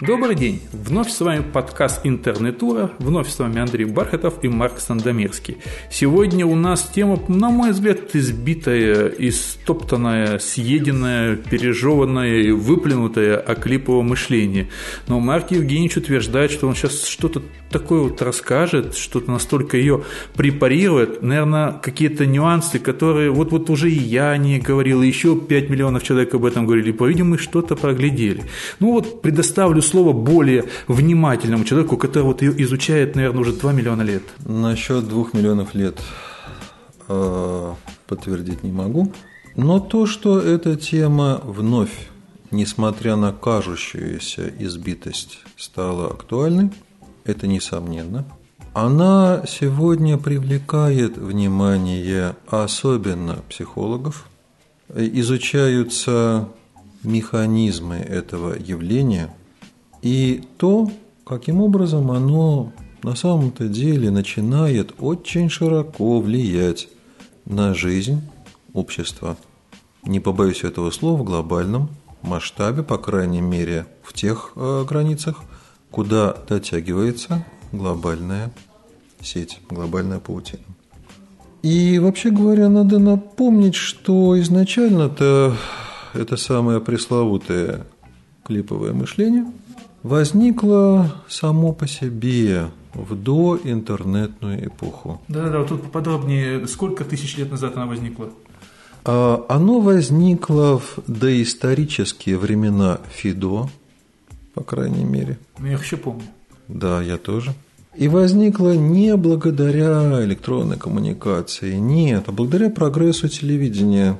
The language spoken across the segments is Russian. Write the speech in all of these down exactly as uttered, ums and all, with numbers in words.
Добрый день! Вновь с вами подкаст «Интернетура», вновь с вами Андрей Бархатов и Марк Сандомирский. Сегодня у нас тема, на мой взгляд, избитая, истоптанная, съеденная, пережеванная и выплюнутая о клиповом мышлении. Но Марк Евгеньевич утверждает, что он сейчас что-то такое вот расскажет, что-то настолько ее препарирует, наверное, какие-то нюансы, которые вот, вот уже и я не говорил, и еще пять миллионов человек об этом говорили, и, по-видимому, что-то проглядели. Ну вот предоставлю слово более внимательному человеку, который вот ее изучает, наверное, уже два миллиона лет. Насчет двух миллионов лет э, подтвердить не могу, но то, что эта тема вновь, несмотря на кажущуюся избитость, стала актуальной, это несомненно. Она сегодня привлекает внимание особенно психологов. Изучаются механизмы этого явления и то, каким образом оно на самом-то деле начинает очень широко влиять на жизнь общества. Не побоюсь этого слова, в глобальном масштабе, по крайней мере, в тех э, границах, куда дотягивается глобальная сеть, глобальная паутина. И вообще говоря, надо напомнить, что изначально-то это самое пресловутое клиповое мышление возникло само по себе в доинтернетную эпоху. Да-да, вот тут поподробнее, сколько тысяч лет назад она возникла? А оно возникло в доисторические времена Фидо, по крайней мере. Ну, я их еще помню. Да, я тоже. И возникло не благодаря электронной коммуникации, нет, а благодаря прогрессу телевидения.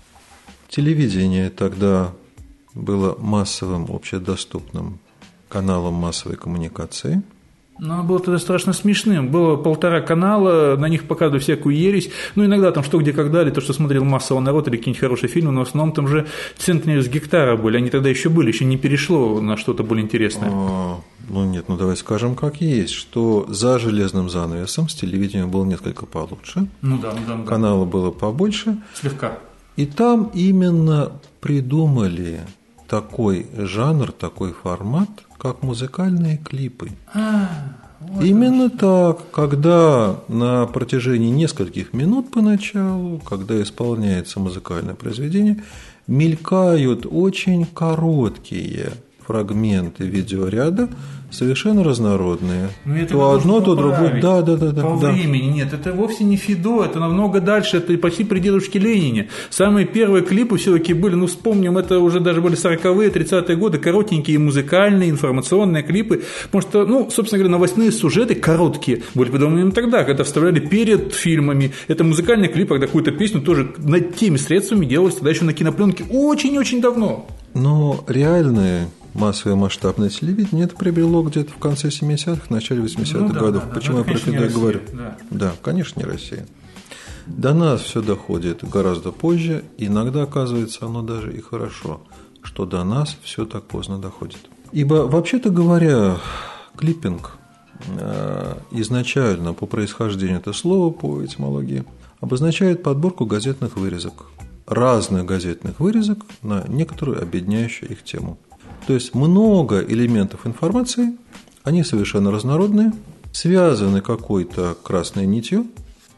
Телевидение тогда было массовым, общедоступным каналом массовой коммуникации. Но оно было тогда страшно смешным. Было полтора канала, на них показывали всякую ересь. Ну, иногда там что, где, когда, или то, что смотрел массово народ, или какие-нибудь хорошие фильмы, но в основном там же центнеры с гектара были. Они тогда еще были, еще не перешло на что-то более интересное. А, ну, нет, ну давай скажем, как есть, что за железным занавесом с телевидением было несколько получше. Ну да, ну да. Ну, да. Канала было побольше. Слегка. И там именно придумали такой жанр, такой формат, как музыкальные клипы. А, вот именно так, когда на протяжении нескольких минут поначалу, когда исполняется музыкальное произведение, мелькают очень короткие фрагменты видеоряда, совершенно разнородные. То одно, то другое. Да, да, да, да. По да. времени нет, это вовсе не Фидо, это намного дальше, это почти при дедушке Ленине. Самые первые клипы все-таки были, ну вспомним, это уже даже были сороковые, тридцатые годы, коротенькие музыкальные, информационные клипы, потому что, ну, собственно говоря, новостные сюжеты короткие были придуманы тогда, когда вставляли перед фильмами. Это музыкальный клип, когда какую-то песню тоже над теми средствами делалось тогда еще на кинопленке очень-очень давно. Но реальные массовое масштабное телевидение это приобрело где-то в конце семидесятых, в начале восьмидесятых ну, да, годов. Да, Почему да, я про это говорю? Да. да, конечно, не Россия. До нас все доходит гораздо позже, иногда оказывается оно даже и хорошо, что до нас все так поздно доходит. Ибо, вообще-то говоря, клиппинг изначально по происхождению это слово, по этимологии, обозначает подборку газетных вырезок, разных газетных вырезок на некоторую объединяющую их тему. То есть много элементов информации, они совершенно разнородные, связаны какой-то красной нитью,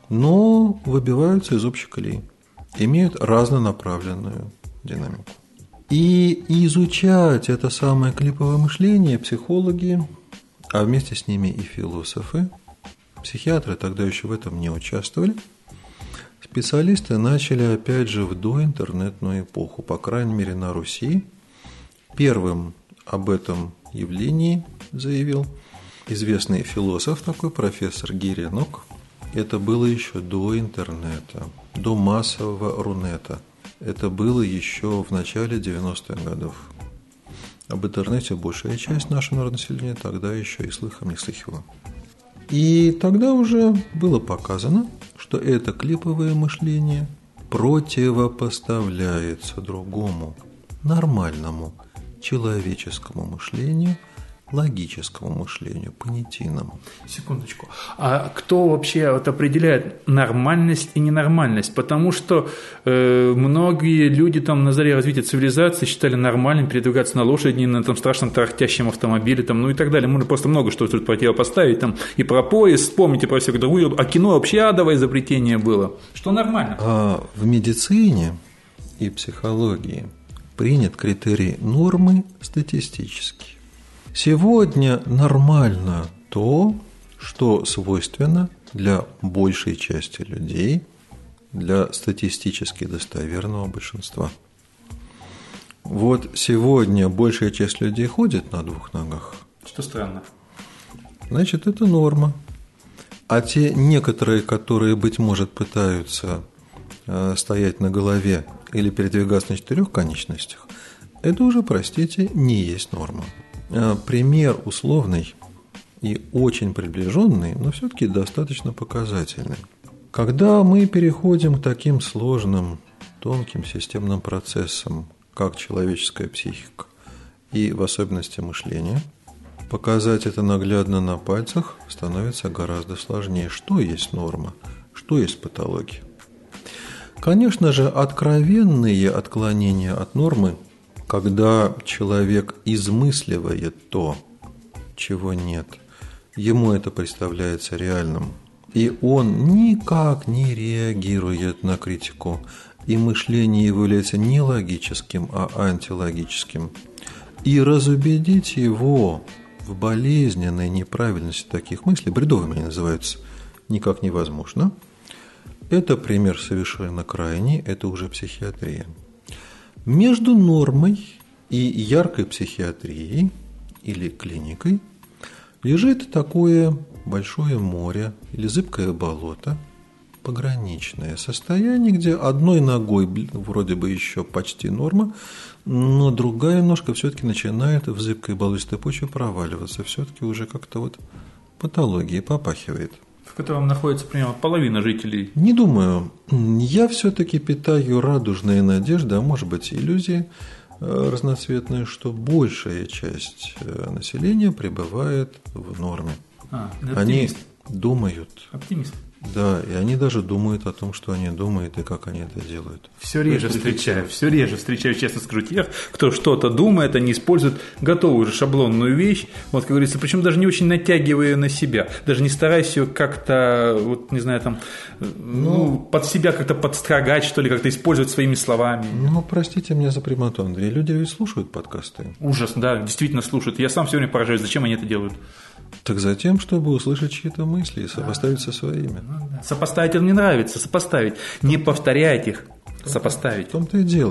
но выбиваются из общей колеи, имеют разнонаправленную динамику. И изучать это самое клиповое мышление психологи, а вместе с ними и философы, психиатры тогда еще в этом не участвовали, специалисты начали опять же в доинтернетную эпоху, по крайней мере на Руси. Первым об этом явлении заявил известный философ такой, профессор Гиренок. Это было еще до интернета, до массового рунета. Это было еще в начале девяностых годов. Об интернете большая часть нашего населения тогда еще и слыхом не слыхивала. И тогда уже было показано, что это клиповое мышление противопоставляется другому, нормальному, человеческому мышлению, логическому мышлению, понятийному. Секундочку. А кто вообще вот определяет нормальность и ненормальность? Потому что э, многие люди там на заре развития цивилизации считали нормальным передвигаться на лошади, на этом страшном тарахтящем автомобиле, там, ну и так далее. Можно просто много что тут противопоставить. Там, и про поезд, вспомните про всякую другую. А кино вообще адовое изобретение было. Что нормально? А в медицине и психологии принят критерий нормы статистический. Сегодня нормально то, что свойственно для большей части людей, для статистически достоверного большинства. Вот сегодня большая часть людей ходит на двух ногах. Что странно. Значит, это норма. А те некоторые, которые, быть может, пытаются стоять на голове или передвигаться на четырех конечностях, это уже, простите, не есть норма. Пример условный и очень приближенный, но все-таки достаточно показательный. Когда мы переходим к таким сложным, тонким системным процессам, как человеческая психика и в особенности мышление, показать это наглядно на пальцах становится гораздо сложнее. Что есть норма? Что есть патология? Конечно же, откровенные отклонения от нормы, когда человек измысливает то, чего нет, ему это представляется реальным, и он никак не реагирует на критику, и мышление его является не логическим, а антилогическим, и разубедить его в болезненной неправильности таких мыслей, бредовыми они называются, никак невозможно. Это пример совершенно крайний, это уже психиатрия. Между нормой и яркой психиатрией или клиникой лежит такое большое море или зыбкое болото, пограничное состояние, где одной ногой вроде бы еще почти норма, но другая ножка все-таки начинает в зыбкой болотистой почве проваливаться, все-таки уже как-то вот патологией попахивает. В котором находится примерно половина жителей. Не думаю. Я все-таки питаю радужные надежды, а может быть иллюзии разноцветные, что большая часть населения пребывает в норме. А, они думают. Оптимист. Да, и они даже думают о том, что они думают и как они это делают. Все реже встречаю, все реже встречаю, честно скажу, тех, кто что-то думает, они используют готовую же шаблонную вещь, вот, как говорится, причем даже не очень натягивая ее на себя, даже не стараясь ее как-то, вот, не знаю, там, ну, ну под себя как-то подстрогать, что ли, как-то использовать своими словами. Ну, простите меня за прямоту, Андрей, люди ведь слушают подкасты. Ужас, да, действительно слушают. Я сам сегодня поражаюсь, зачем они это делают. Так затем, чтобы услышать чьи-то мысли и сопоставить со своими. Ну, да. Сопоставить им не нравится, сопоставить. Не повторять их, сопоставить. В том-то и дело.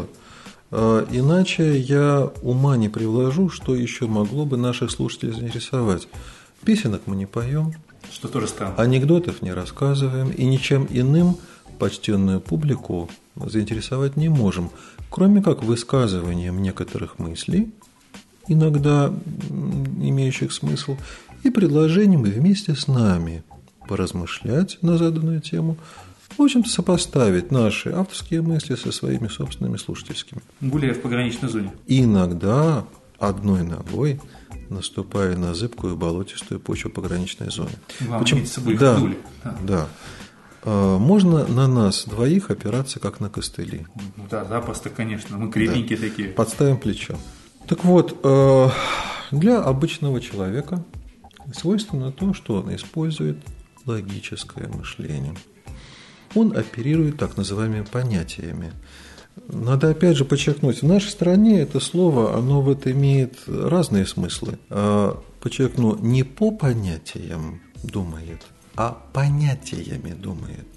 Иначе я ума не привложу, что еще могло бы наших слушателей заинтересовать. Песенок мы не поем, что тоже странно. Анекдотов не рассказываем и ничем иным почтенную публику заинтересовать не можем, кроме как высказыванием некоторых мыслей, иногда имеющих смысл, и предложением вместе с нами поразмышлять на заданную тему, в общем-то, сопоставить наши авторские мысли со своими собственными слушательскими. Гуляя в пограничной зоне. Иногда одной ногой наступая на зыбкую болотистую почву пограничной зоны. Вам Почему? С собой да, вдули. Да. да. Можно на нас двоих опираться, как на костыли. Да, запросто, конечно. Мы крепенькие да. такие. Подставим плечо. Так вот, для обычного человека свойственно то, что он использует логическое мышление. Он оперирует так называемыми понятиями. Надо опять же подчеркнуть, в нашей стране это слово, оно вот имеет разные смыслы. Подчеркну, не по понятиям думает, а понятиями думает.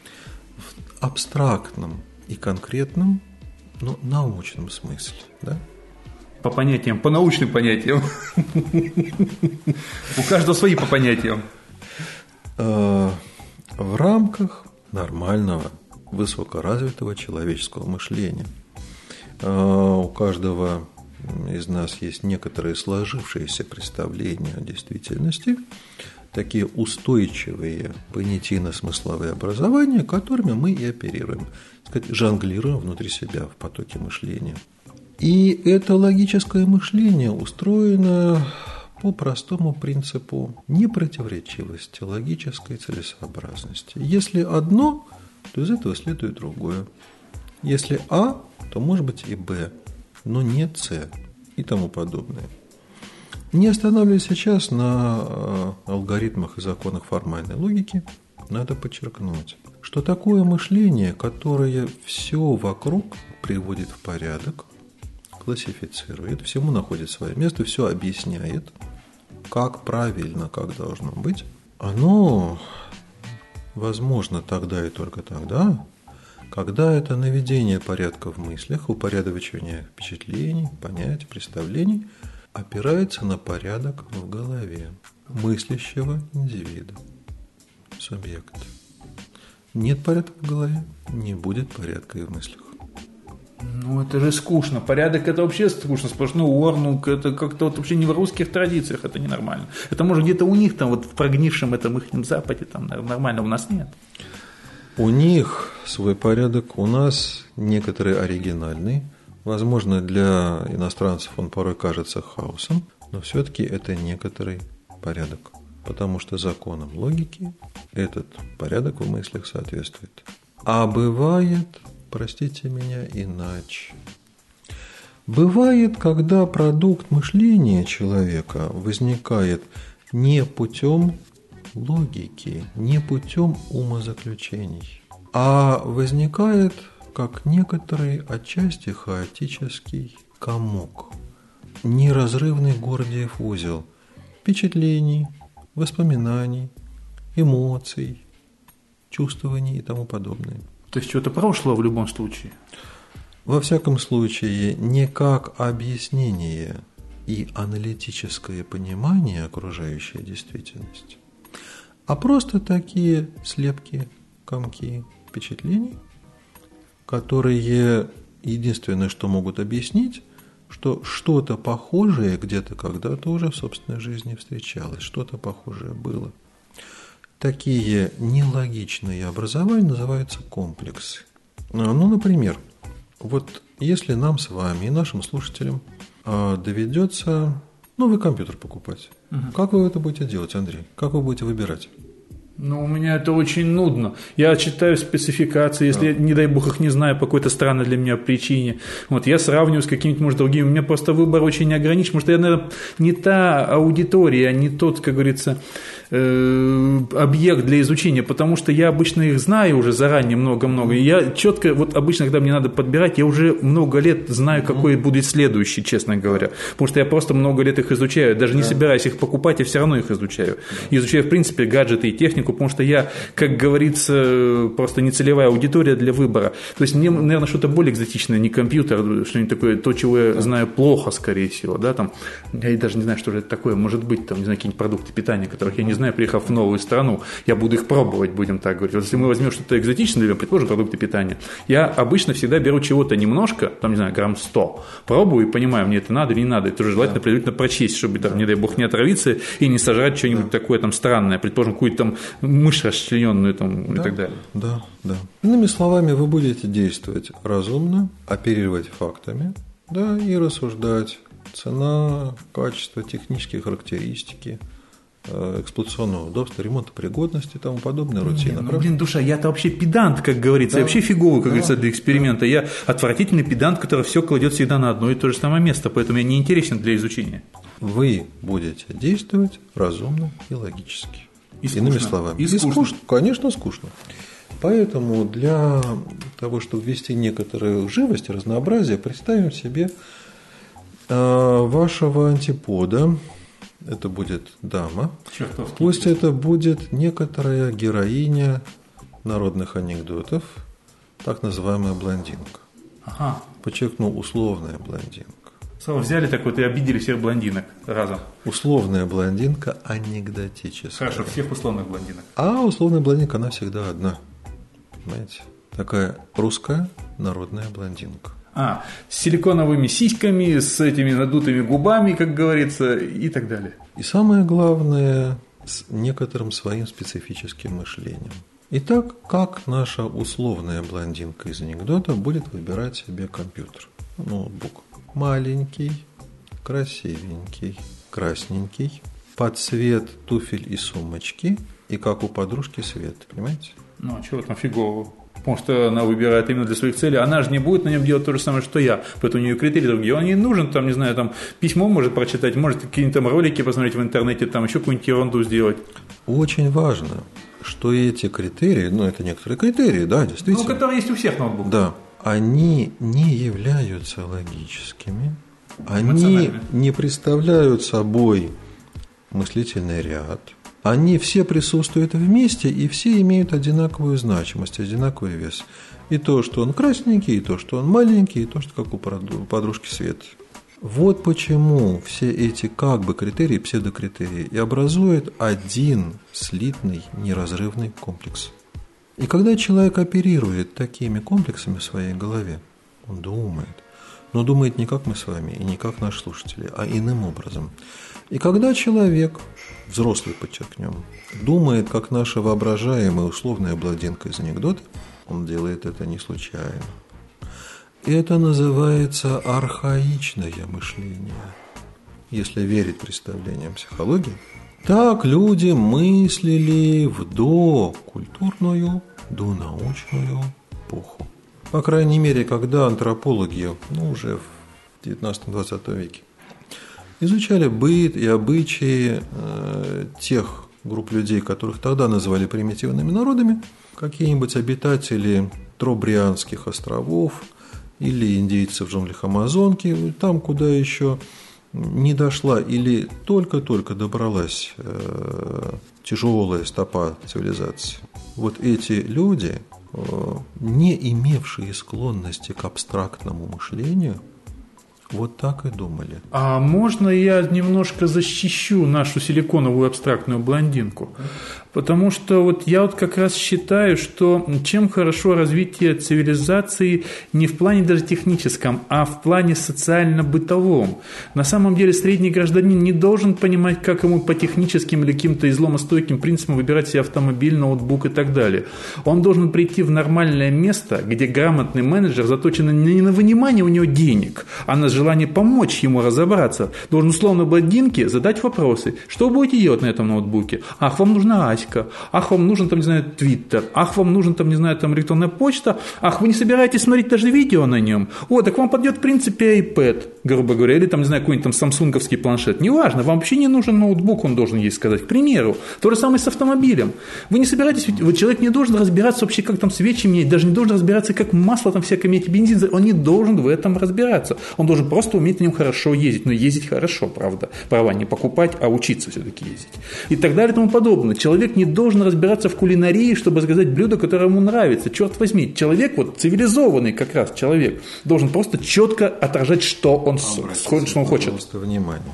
В абстрактном и конкретном, но научном смысле, да? По понятиям, по научным понятиям. У каждого свои по понятиям. В рамках нормального, высокоразвитого человеческого мышления. У каждого из нас есть некоторые сложившиеся представления о действительности, такие устойчивые понятийно-смысловые образования, которыми мы и оперируем, так сказать, жонглируем внутри себя в потоке мышления. И это логическое мышление устроено по простому принципу непротиворечивости, логической целесообразности. Если одно, то из этого следует другое. Если А, то может быть и Б, но не С и тому подобное. Не останавливаясь сейчас на алгоритмах и законах формальной логики, надо подчеркнуть, что такое мышление, которое все вокруг приводит в порядок, классифицирует, всему находит свое место, все объясняет, как правильно, как должно быть, оно возможно тогда и только тогда, когда это наведение порядка в мыслях, упорядочивание впечатлений, понятий, представлений опирается на порядок в голове мыслящего индивида, субъекта. Нет порядка в голове, не будет порядка и в мыслях. Ну, это же скучно. Порядок – это вообще скучно. Сплошной орнук – это как-то вот вообще не в русских традициях, это ненормально. Это может где-то у них там, вот в прогнившем этом ихнем Западе, там нормально, у нас нет. У них свой порядок, у нас некоторые оригинальный. Возможно, для иностранцев он порой кажется хаосом, но все-таки это некоторый порядок, потому что законам логики этот порядок в мыслях соответствует. А бывает, простите меня, иначе. Бывает, когда продукт мышления человека возникает не путем логики, не путем умозаключений, а возникает как некоторый отчасти хаотический комок, неразрывный Гордиев узел впечатлений, воспоминаний, эмоций, чувствований и тому подобное. То есть что-то прошлое в любом случае? Во всяком случае, не как объяснение и аналитическое понимание окружающей действительности, а просто такие слепки, комки впечатлений, которые единственное, что могут объяснить, что что-то похожее где-то когда-то уже в собственной жизни встречалось, что-то похожее было. Такие нелогичные образования называются комплексы. Ну, например, вот если нам с вами и нашим слушателям доведется новый компьютер покупать, угу. Как вы это будете делать, Андрей? Как вы будете выбирать? Ну, у меня это очень нудно. Я читаю спецификации, если, да. не дай бог, их не знаю по какой-то странной для меня причине. Вот, я сравниваю с какими-то, может, другими. У меня просто выбор очень ограничен, потому что я, наверное, не та аудитория, не тот, как говорится, э, объект для изучения, потому что я обычно их знаю уже заранее много-много. И я четко, вот обычно, когда мне надо подбирать, я уже много лет знаю, какой будет следующий, честно говоря. Потому что я просто много лет их изучаю, даже не да. собираюсь их покупать, я все равно их изучаю. Да. Изучаю, в принципе, гаджеты и технику, потому что я, как говорится, просто не целевая аудитория для выбора. То есть мне, наверное, что-то более экзотичное, не компьютер, что-нибудь такое, то, чего я да. знаю плохо, скорее всего, да, там, я даже не знаю, что же это такое, может быть, там, не знаю, какие-нибудь продукты питания, которых я не знаю, приехав в новую страну, я буду их пробовать, будем так говорить. Вот если мы возьмем что-то экзотичное, предположим, продукты питания, я обычно всегда беру чего-то немножко, там, не знаю, грамм сто, пробую и понимаю, мне это надо или не надо, это уже желательно да. предварительно прочесть, чтобы, там, не дай бог, не отравиться и не сожрать что-нибудь да. такое там странное, предположим, какую-то там мышь расчлененную там, да, и так далее. Да, да. Иными словами, вы будете действовать разумно, оперировать фактами, да, и рассуждать. Цена, качество, технические характеристики, эксплуатационного удобства, ремонтопригодности и тому подобное, рутина. Ну, блин, душа, я-то вообще педант, как говорится, да. я вообще фиговый, как да. говорится, для эксперимента. Да. Я отвратительный педант, который все кладет всегда на одно и то же самое место, поэтому я не интересен для изучения. Вы будете действовать разумно и логически. И Иными скучно. словами. И скучно. И скучно. Конечно, скучно. Поэтому для того, чтобы ввести некоторую живость и разнообразие, представим себе э, вашего антипода. Это будет дама. Чертовски. Пусть это будет некоторая героиня народных анекдотов, так называемая блондинка. Ага. Подчеркну, условная блондинка. Сразу взяли так вот и обидели всех блондинок разом. Условная блондинка анекдотическая. Хорошо, всех условных блондинок. А условная блондинка, она всегда одна. Понимаете? Такая русская народная блондинка. А, с силиконовыми сиськами, с этими надутыми губами, как говорится, и так далее. И самое главное, с некоторым своим специфическим мышлением. Итак, как наша условная блондинка из анекдота будет выбирать себе компьютер, ноутбук? Маленький, красивенький, красненький, под цвет туфель и сумочки, и как у подружки свет, понимаете? Ну, а чего там фигового? Потому что она выбирает именно для своих целей. Она же не будет на нем делать то же самое, что я. Поэтому у нее критерии другие. Он ей нужен, там, не знаю, там, письмо может прочитать, может какие-нибудь там ролики посмотреть в интернете, там еще какую-нибудь ерунду сделать. Очень важно, что эти критерии, ну, это некоторые критерии, да, действительно. Ну, которые есть у всех ноутбуков. Да, они не являются логическими, они не представляют собой мыслительный ряд. Они все присутствуют вместе, и все имеют одинаковую значимость, одинаковый вес. И то, что он красненький, и то, что он маленький, и то, что как у подружки Свет. Вот почему все эти как бы критерии, псевдокритерии, и образуют один слитный, неразрывный комплекс. И когда человек оперирует такими комплексами в своей голове, он думает, но думает не как мы с вами и не как наши слушатели, а иным образом. И когда человек, взрослый, подчеркнем, думает, как наша воображаемая условная блондинка из анекдота, он делает это не случайно. И это называется архаичное мышление. Если верить представлениям психологии, так люди мыслили в докультурную, донаучную эпоху. По крайней мере, когда антропологи, ну, уже в девятнадцатом-двадцатом веке, изучали быт и обычаи э, тех групп людей, которых тогда называли примитивными народами, какие-нибудь обитатели Тробрианских островов или индейцы в джунглях Амазонки, там, куда еще не дошла или только-только добралась э, тяжелая стопа цивилизации. Вот эти люди, э, не имевшие склонности к абстрактному мышлению, вот так и думали. А можно я немножко защищу нашу силиконовую абстрактную блондинку? Потому что вот я вот как раз считаю, что чем хорошо развитие цивилизации не в плане даже техническом, а в плане социально-бытовом. На самом деле средний гражданин не должен понимать, как ему по техническим или каким-то изломостойким принципам выбирать себе автомобиль, ноутбук и так далее. Он должен прийти в нормальное место, где грамотный менеджер заточен не на вынимание у него денег, а на желание помочь ему разобраться. Должен условно блондинке задать вопросы. Что вы будете делать на этом ноутбуке? Ах, вам нужна Аська. Ах, вам нужен, там, не знаю, Твиттер. Ах, вам нужен, там, не знаю, там, электронная почта. Ах, вы не собираетесь смотреть даже видео на нем. О, так вам подойдет, в принципе, iPad, грубо говоря, или, там, не знаю, какой-нибудь там самсунговский планшет. Неважно, вам вообще не нужен ноутбук, он должен ей сказать. К примеру, то же самое с автомобилем. Вы не собираетесь, вот человек не должен разбираться вообще, как там свечи менять, даже не должен разбираться, как масло там всякое менять, бензин. Он не должен в этом разбираться. Он должен просто уметь на нем хорошо ездить. Но ездить хорошо, правда. Права не покупать, а учиться все-таки ездить. И так далее и тому подобное. Человек не должен разбираться в кулинарии, чтобы заказать блюдо, которое ему нравится. Черт возьми, человек, вот цивилизованный как раз человек, должен просто четко отражать, что он, Обратите, что он хочет. Просто внимание.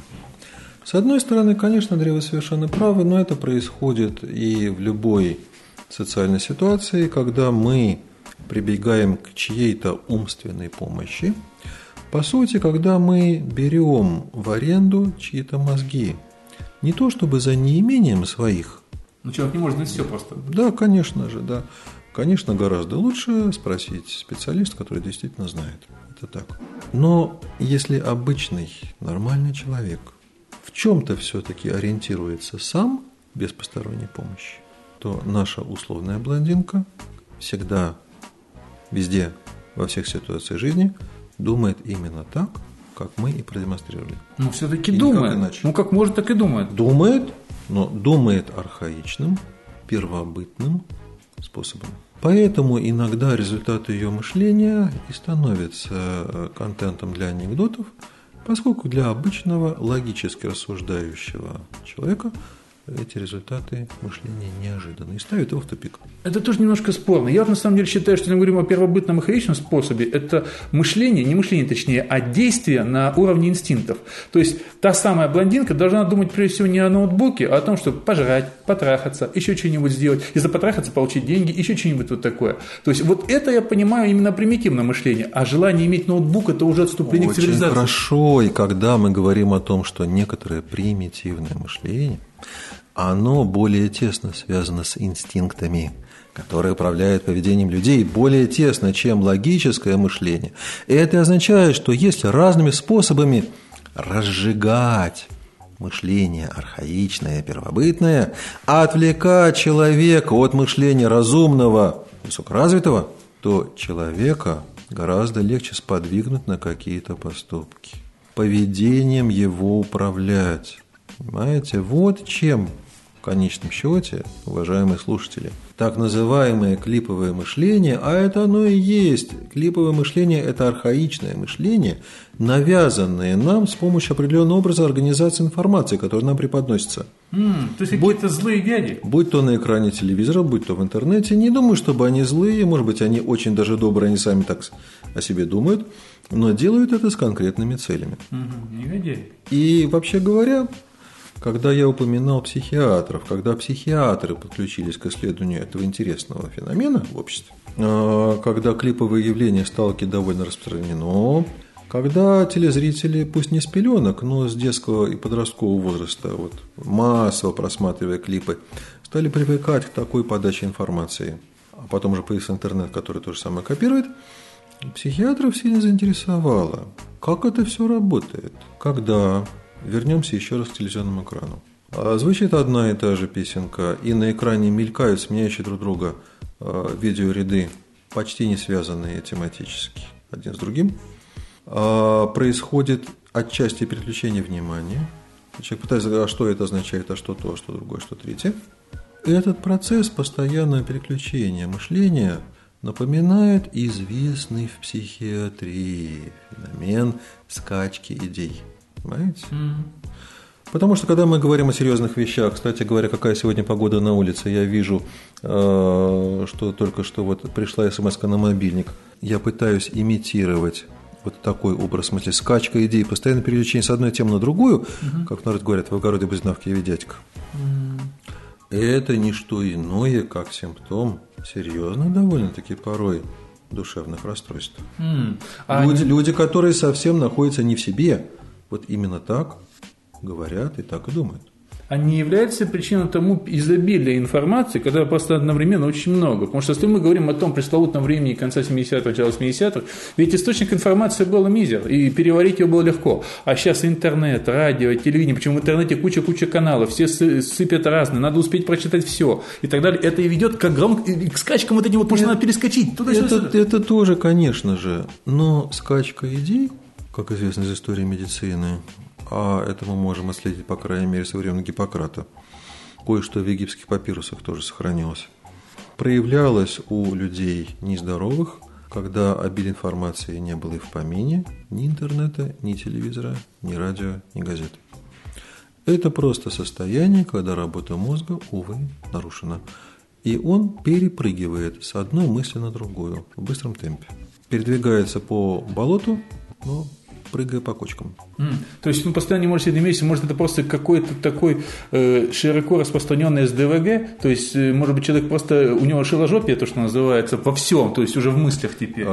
С одной стороны, конечно, Андрей, вы совершенно правы, но это происходит и в любой социальной ситуации, когда мы прибегаем к чьей-то умственной помощи. По сути, когда мы берем в аренду чьи-то мозги, не то чтобы за неимением своих. Ну, человек не может знать все просто. Да, конечно же, да. Конечно, гораздо лучше спросить специалиста, который действительно знает. Это так. Но если обычный, нормальный человек в чем-то все-таки ориентируется сам, без посторонней помощи, то наша условная блондинка всегда, везде, во всех ситуациях жизни думает именно так, как мы и продемонстрировали. Ну, все-таки думает. Ну, как может, так и думает. Думает, но думает архаичным, первобытным способом. Поэтому иногда результаты ее мышления и становятся контентом для анекдотов, поскольку для обычного логически рассуждающего человека эти результаты мышления неожиданны и ставят его в тупик. Это тоже немножко спорно. Я вот на самом деле считаю, что мы говорим о первобытном архаичном способе. Это мышление, не мышление точнее, а действие на уровне инстинктов. То есть та самая блондинка должна думать прежде всего не о ноутбуке, а о том, чтобы пожрать, потрахаться, еще что-нибудь сделать. Если потрахаться, получить деньги, еще что-нибудь вот такое. То есть вот это я понимаю именно примитивное мышление. А желание иметь ноутбук – это уже отступление Очень к цивилизации. Очень хорошо. И когда мы говорим о том, что некоторое примитивное мышление, оно более тесно связано с инстинктами, которые управляют поведением людей, более тесно, чем логическое мышление. И это означает, что если разными способами разжигать мышление архаичное, первобытное, отвлекать человека от мышления разумного, высокоразвитого, то человека гораздо легче сподвигнуть на какие-то поступки. Поведением его управлять. Понимаете? Вот чем в конечном счете, уважаемые слушатели, так называемое клиповое мышление, а это оно и есть. Клиповое мышление – это архаичное мышление, навязанное нам с помощью определенного образа организации информации, которая нам преподносится. Mm, то есть какие-то злые дяди? Будь то на экране телевизора, будь то в интернете. Не думаю, чтобы они злые, может быть, они очень даже добрые, они сами так о себе думают, но делают это с конкретными целями. Mm-hmm. Негодяи. И вообще говоря, когда я упоминал психиатров, когда психиатры подключились к исследованию этого интересного феномена в обществе, когда клиповое явление стало довольно распространено, когда телезрители, пусть не с пеленок, но с детского и подросткового возраста, вот, массово просматривая клипы, стали привыкать к такой подаче информации, а потом уже появился интернет, который то же самое копирует, психиатров сильно заинтересовало, как это все работает, когда... Вернемся еще раз к телевизионному экрану. Звучит одна и та же песенка, и на экране мелькают сменяющие друг друга видеоряды, почти не связанные тематически один с другим. Происходит отчасти переключение внимания. Человек пытается, а что это означает, а что то, а что другое, что третье. И этот процесс постоянного переключения мышления напоминает известный в психиатрии феномен скачки идей. Понимаете? Mm. Потому что, когда мы говорим о серьезных вещах, кстати говоря, какая сегодня погода на улице, я вижу, что только что вот пришла смс-ка на мобильник, я пытаюсь имитировать вот такой образ, в смысле, скачка идей, постоянное переключение с одной темы на другую, mm-hmm. как народ говорят, в огороде без навки и дядька. Mm. Это не что иное, как симптом серьезных довольно-таки порой душевных расстройств. Mm. А люди, они... люди, которые совсем находятся не в себе, вот именно так говорят и так и думают. А не является причиной тому изобилия информации, когда просто одновременно очень много? Потому что если мы говорим о том пресловутом времени конца семидесятых, начала восьмидесятых, ведь источник информации был мизер, и переварить его было легко. А сейчас интернет, радио, телевидение, причем в интернете куча-куча каналов, все сыпят разные, надо успеть прочитать все и так далее. Это и ведет к, огром... к скачкам вот этим, вот, потому что надо перескочить. Туда, это, сюда. это тоже, конечно же, но скачка идей, как известно из истории медицины, а это мы можем отследить, по крайней мере, со времен Гиппократа, кое-что в египетских папирусах тоже сохранилось, проявлялось у людей нездоровых, когда обилия информации не было и в помине, ни интернета, ни телевизора, ни радио, ни газет. Это просто состояние, когда работа мозга, увы, нарушена. И он перепрыгивает с одной мысли на другую в быстром темпе. Передвигается по болоту, но прыгая по кочкам. Mm. То есть он постоянно не может сидеть вместе, может это просто какой-то такой э, широко распространенный эс дэ вэ гэ, то есть э, может быть человек просто, у него шиложопие, то что называется, во всем, то есть уже в мыслях теперь.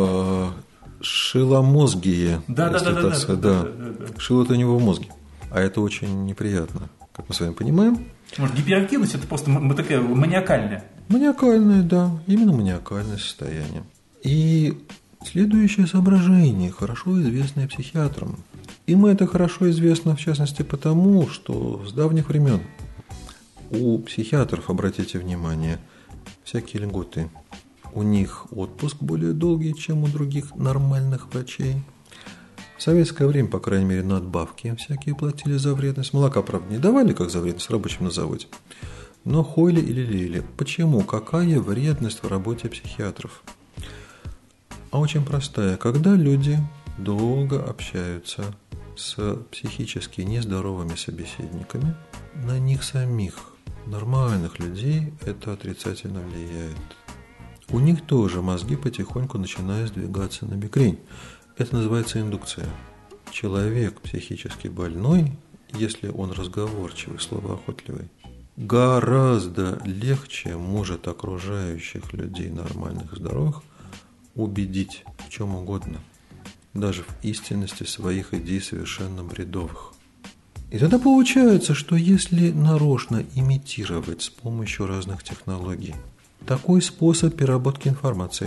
Шиломозгие. Да, да, да, да, да, да, да, да. Шило-то у него в мозге, а это очень неприятно, как мы с вами понимаем. Может гиперактивность это просто такая маниакальная? Маниакальное, да, именно маниакальное состояние. И следующее соображение, хорошо известное психиатрам. Им это хорошо известно, в частности, потому, что с давних времен у психиатров, обратите внимание, всякие льготы. У них отпуск более долгий, чем у других нормальных врачей. В советское время, по крайней мере, надбавки всякие платили за вредность. Молока, правда, не давали, как за вредность рабочим на заводе. Но хойли или лили. Почему? Какая вредность в работе психиатров? А очень простая. Когда люди долго общаются с психически нездоровыми собеседниками, на них самих, нормальных людей, это отрицательно влияет. У них тоже мозги потихоньку начинают сдвигаться на мигрень. Это называется индукция. Человек психически больной, если он разговорчивый, словоохотливый, гораздо легче может окружающих людей, нормальных и здоровых, убедить в чем угодно, даже в истинности своих идей совершенно бредовых. И тогда получается, что если нарочно имитировать с помощью разных технологий такой способ переработки информации,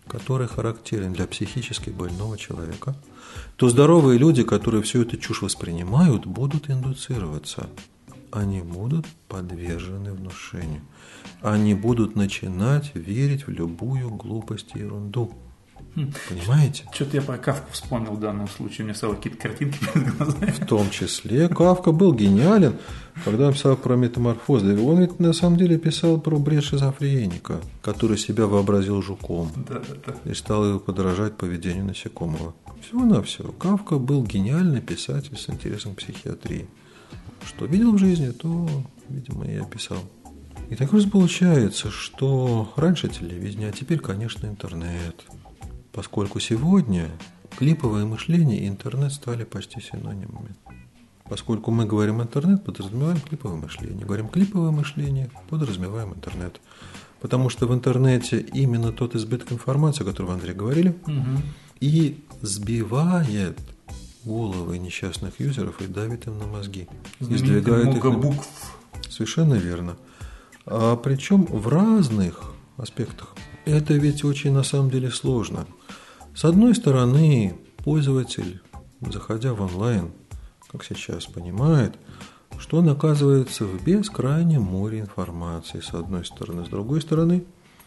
который характерен для психически больного человека, то здоровые люди, которые всю эту чушь воспринимают, будут индуцироваться. Они будут подвержены внушению. Они будут начинать верить в любую глупость и ерунду. Понимаете? Что-то я про Кафку вспомнил в данном случае. У меня стало какие-то картинки перед глазами. В том числе Кафка был гениален, когда он писал про метаморфозы. Он ведь на самом деле писал про бред шизофреника, который себя вообразил жуком. Да, да, да. И стал его подражать поведению насекомого. Всего-навсего. Кафка был гениальный писатель с интересом к психиатрии. Что видел в жизни, то, видимо, и описал. И так раз получается, что раньше телевидение, а теперь, конечно, интернет. Поскольку сегодня клиповое мышление и интернет стали почти синонимами. Поскольку мы говорим интернет, подразумеваем клиповое мышление. Говорим клиповое мышление, подразумеваем интернет. Потому что в интернете именно тот избыток информации, о котором вы, Андрей, говорили, угу. и сбивает головы несчастных юзеров и давит им на мозги. И сдвигает их на... букв. Совершенно верно. А причем в разных аспектах. Это ведь очень на самом деле сложно. С одной стороны, пользователь, заходя в онлайн, как сейчас понимает, что он оказывается в бескрайнем море информации, с одной стороны. С другой стороны,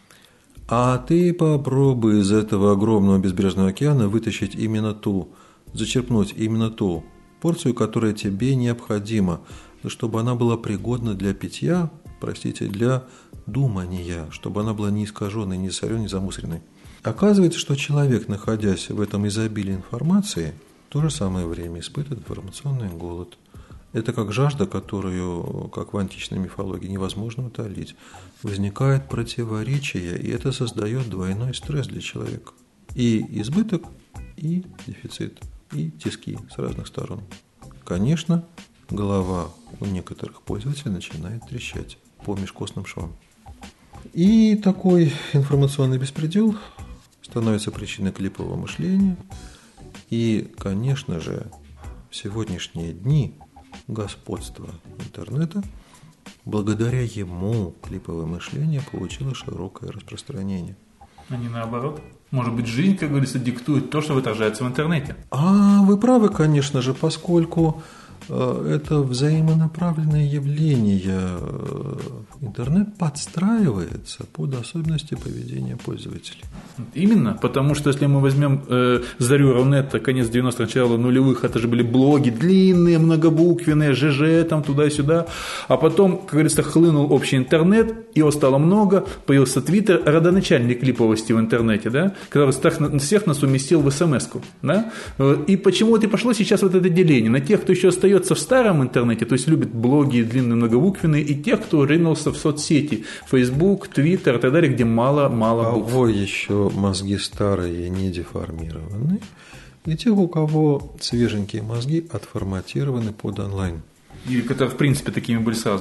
а ты попробуй из этого огромного безбрежного океана вытащить именно ту, зачерпнуть именно ту порцию, которая тебе необходима, чтобы она была пригодна для питья, простите, для думания, чтобы она была не искаженной, не засоренной, не замусоренной. Оказывается, что человек, находясь в этом изобилии информации, в то же самое время испытывает информационный голод. Это как жажда, которую, как в античной мифологии, невозможно утолить. Возникает противоречие, и это создает двойной стресс для человека. И избыток, и дефицит, и тиски с разных сторон. Конечно, голова у некоторых пользователей начинает трещать по межкостным швам. И такой информационный беспредел становится причиной клипового мышления. И, конечно же, в сегодняшние дни господство интернета, благодаря ему клиповое мышление получило широкое распространение. А не наоборот? Может быть, жизнь, как говорится, диктует то, что выражается в интернете? А вы правы, конечно же, поскольку это взаимонаправленное явление. Интернет подстраивается под особенности поведения пользователей. Именно, потому что если мы возьмем э, зарю Рунета, конец девяностых, начало нулевых, это же были блоги длинные, многобуквенные, ЖЖ, там туда-сюда, а потом, как говорится, хлынул общий интернет, его стало много, появился Твиттер, родоначальник клиповости в интернете, да, который всех нас уместил в СМС-ку. Да? И почему-то и пошло сейчас вот это деление на тех, кто еще остается в старом интернете, то есть любит блоги длинные, многобуквенные, и тех, кто ринулся в соцсети, Facebook, Twitter и так далее, где мало-мало букв. А вы еще мозги старые, не деформированы, и тех, у кого свеженькие мозги отформатированы под онлайн. Или которые, в принципе, такими были сразу.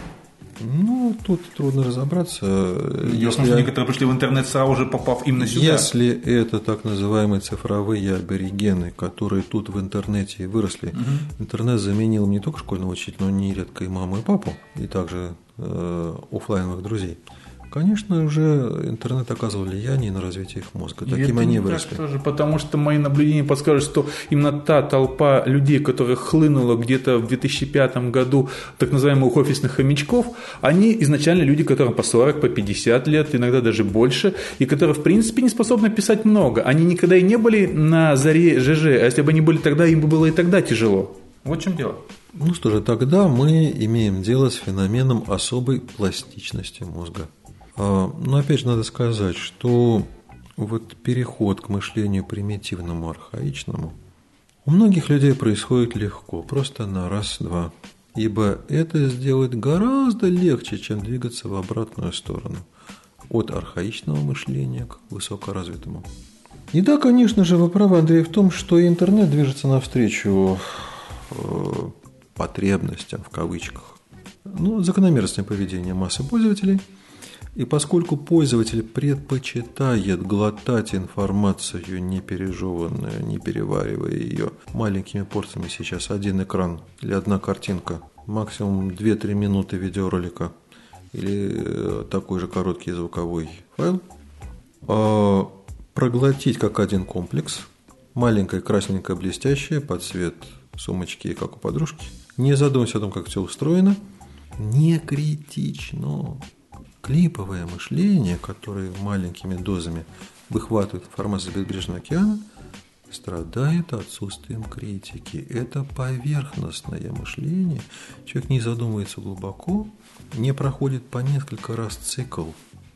Ну, тут трудно разобраться. Если я... некоторые пришли в интернет сразу же, попав именно сюда. Если это так называемые цифровые аборигены, которые тут в интернете выросли, угу. Интернет заменил не только школьного учителя, но нередко и маму, и папу, и также э, офлайновых друзей. Конечно же, интернет оказывал влияние на развитие их мозга. Таким они выросли. Тоже, потому что мои наблюдения подскажут, что именно та толпа людей, которая хлынула где-то в две тысячи пятом году, так называемых офисных хомячков, они изначально люди, которым по сорок, по пятьдесят лет, иногда даже больше, и которые, в принципе, не способны писать много. Они никогда и не были на заре ЖЖ, а если бы они были тогда, им бы было и тогда тяжело. Вот в чем дело. Ну что же, тогда мы имеем дело с феноменом особой пластичности мозга. Но опять же надо сказать, что вот переход к мышлению примитивному, архаичному у многих людей происходит легко, просто на раз-два. Ибо это сделать гораздо легче, чем двигаться в обратную сторону, от архаичного мышления к высокоразвитому. И да, конечно же, вы правы, Андрей, в том, что интернет движется навстречу потребностям, в кавычках, ну, закономерностям поведения массы пользователей. И поскольку пользователь предпочитает глотать информацию, не пережеванную, не переваривая ее маленькими порциями, сейчас один экран или одна картинка, максимум две-три минуты видеоролика или такой же короткий звуковой файл, проглотить как один комплекс, маленькое, красненькое, блестящее, под цвет сумочки, как у подружки, не задумываясь о том, как все устроено, не критично. Клиповое мышление, которое маленькими дозами выхватывает информацию из безбрежного океана, страдает отсутствием критики. Это поверхностное мышление. Человек не задумывается глубоко, не проходит по несколько раз цикл.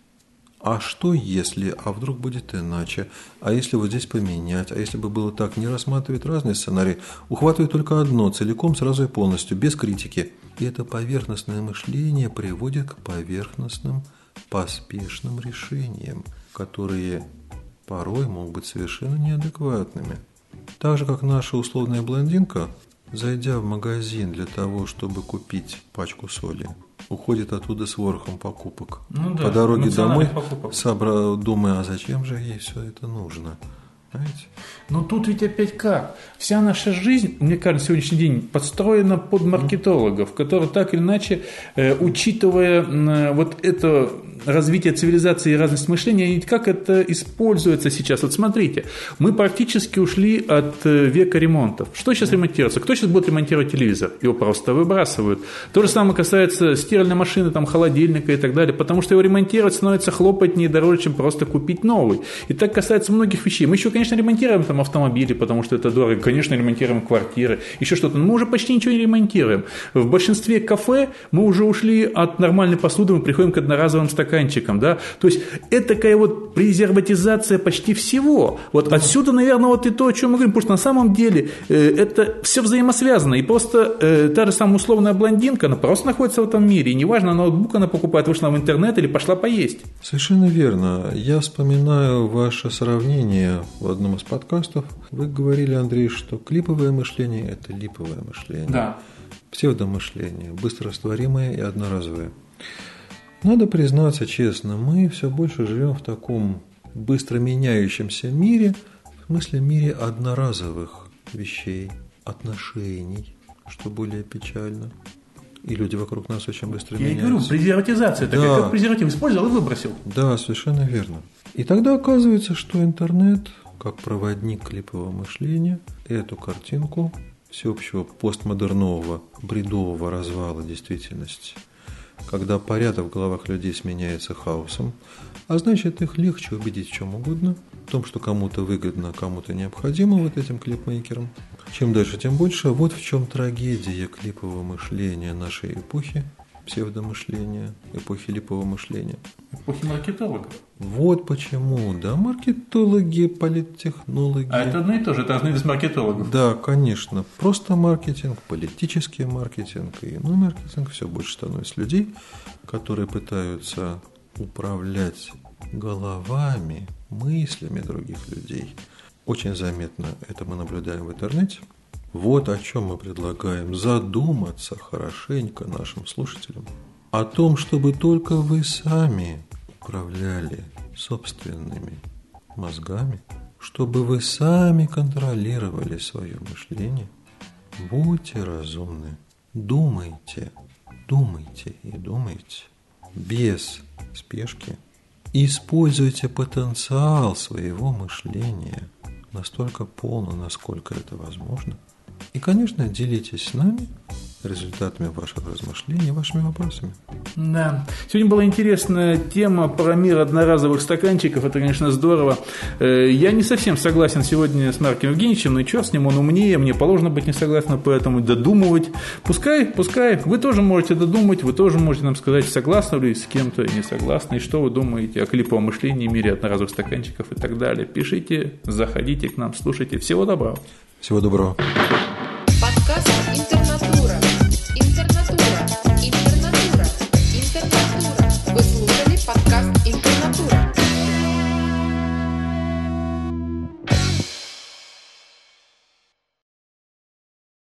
А что если, а вдруг будет иначе, а если вот здесь поменять, а если бы было так, не рассматривает разные сценарии, ухватывает только одно, целиком, сразу и полностью, без критики. И это поверхностное мышление приводит к поверхностным, поспешным решениям, которые порой могут быть совершенно неадекватными. Так же, как наша условная блондинка, зайдя в магазин для того, чтобы купить пачку соли, уходит оттуда с ворохом покупок. Ну да, по дороге домой, собрал, думая, а зачем же ей все это нужно? Понимаете? Но тут ведь опять как? Вся наша жизнь, мне кажется, сегодняшний день подстроена под маркетологов, которые так или иначе, э, учитывая э, вот это развитие цивилизации и разность мышления, как это используется сейчас. Вот смотрите, мы практически ушли от века ремонтов. Что сейчас ремонтируется? Кто сейчас будет ремонтировать телевизор? Его просто выбрасывают. То же самое касается стиральной машины, там, холодильника и так далее, потому что его ремонтировать становится хлопотнее и дороже, чем просто купить новый. И так касается многих вещей. Мы еще, конечно, ремонтируем там автомобили, потому что это дорого. Конечно, ремонтируем квартиры, еще что-то. Но мы уже почти ничего не ремонтируем. В большинстве кафе мы уже ушли от нормальной посуды, мы приходим к одноразовым стаканчикам. Да? То есть это такая вот презерватизация почти всего. Вот отсюда, наверное, вот и то, о чем мы говорим, потому что на самом деле э, это все взаимосвязано. И просто э, та же самая условная блондинка, она просто находится в этом мире. И неважно, ноутбук она покупает, вышла в интернет или пошла поесть. Совершенно верно. Я вспоминаю ваше сравнение в одном из подкастов. Вы говорили, Андрей, что клиповое мышление – это липовое мышление. Да. Псевдомышление, быстрорастворимое и одноразовое. Надо признаться честно, мы все больше живем в таком быстро меняющемся мире, в смысле мире одноразовых вещей, отношений, что более печально. И люди вокруг нас очень быстро Я меняются. Я говорю, презерватизация, да. такая, как презерватив использовал и выбросил. Да, совершенно верно. И тогда оказывается, что интернет, как проводник клипового мышления, эту картинку всеобщего постмодернового, бредового развала действительности, когда порядок в головах людей сменяется хаосом, а значит, их легче убедить в чем угодно, в том, что кому-то выгодно, кому-то необходимо вот этим клипмейкерам. Чем дальше, тем больше. Вот в чем трагедия клипового мышления нашей эпохи, псевдомышления, эпохи липового мышления. Эпохи маркетологов. Вот почему, да, маркетологи, политтехнологи. А это одно и то же, это разные из маркетологов. Да, конечно, просто маркетинг, политический маркетинг и иной маркетинг, все больше становится людей, которые пытаются управлять головами, мыслями других людей. Очень заметно это мы наблюдаем в интернете. Вот о чем мы предлагаем задуматься хорошенько нашим слушателям. О том, чтобы только вы сами управляли собственными мозгами, чтобы вы сами контролировали свое мышление. Будьте разумны, думайте, думайте и думайте без спешки. Используйте потенциал своего мышления настолько полно, насколько это возможно. И, конечно, делитесь с нами результатами ваших размышлений, вашими вопросами. Да. Сегодня была интересная тема про мир одноразовых стаканчиков. Это, конечно, здорово. Я не совсем согласен сегодня с Марком Евгеньевичем, но и черт с ним, он умнее, мне положено быть не согласным, поэтому додумывать. Пускай, пускай, вы тоже можете додумать, вы тоже можете нам сказать, согласны ли с кем-то, не согласны, и что вы думаете о клиповом мышлении, мире одноразовых стаканчиков и так далее. Пишите, заходите к нам, слушайте. Всего доброго. Всего доброго.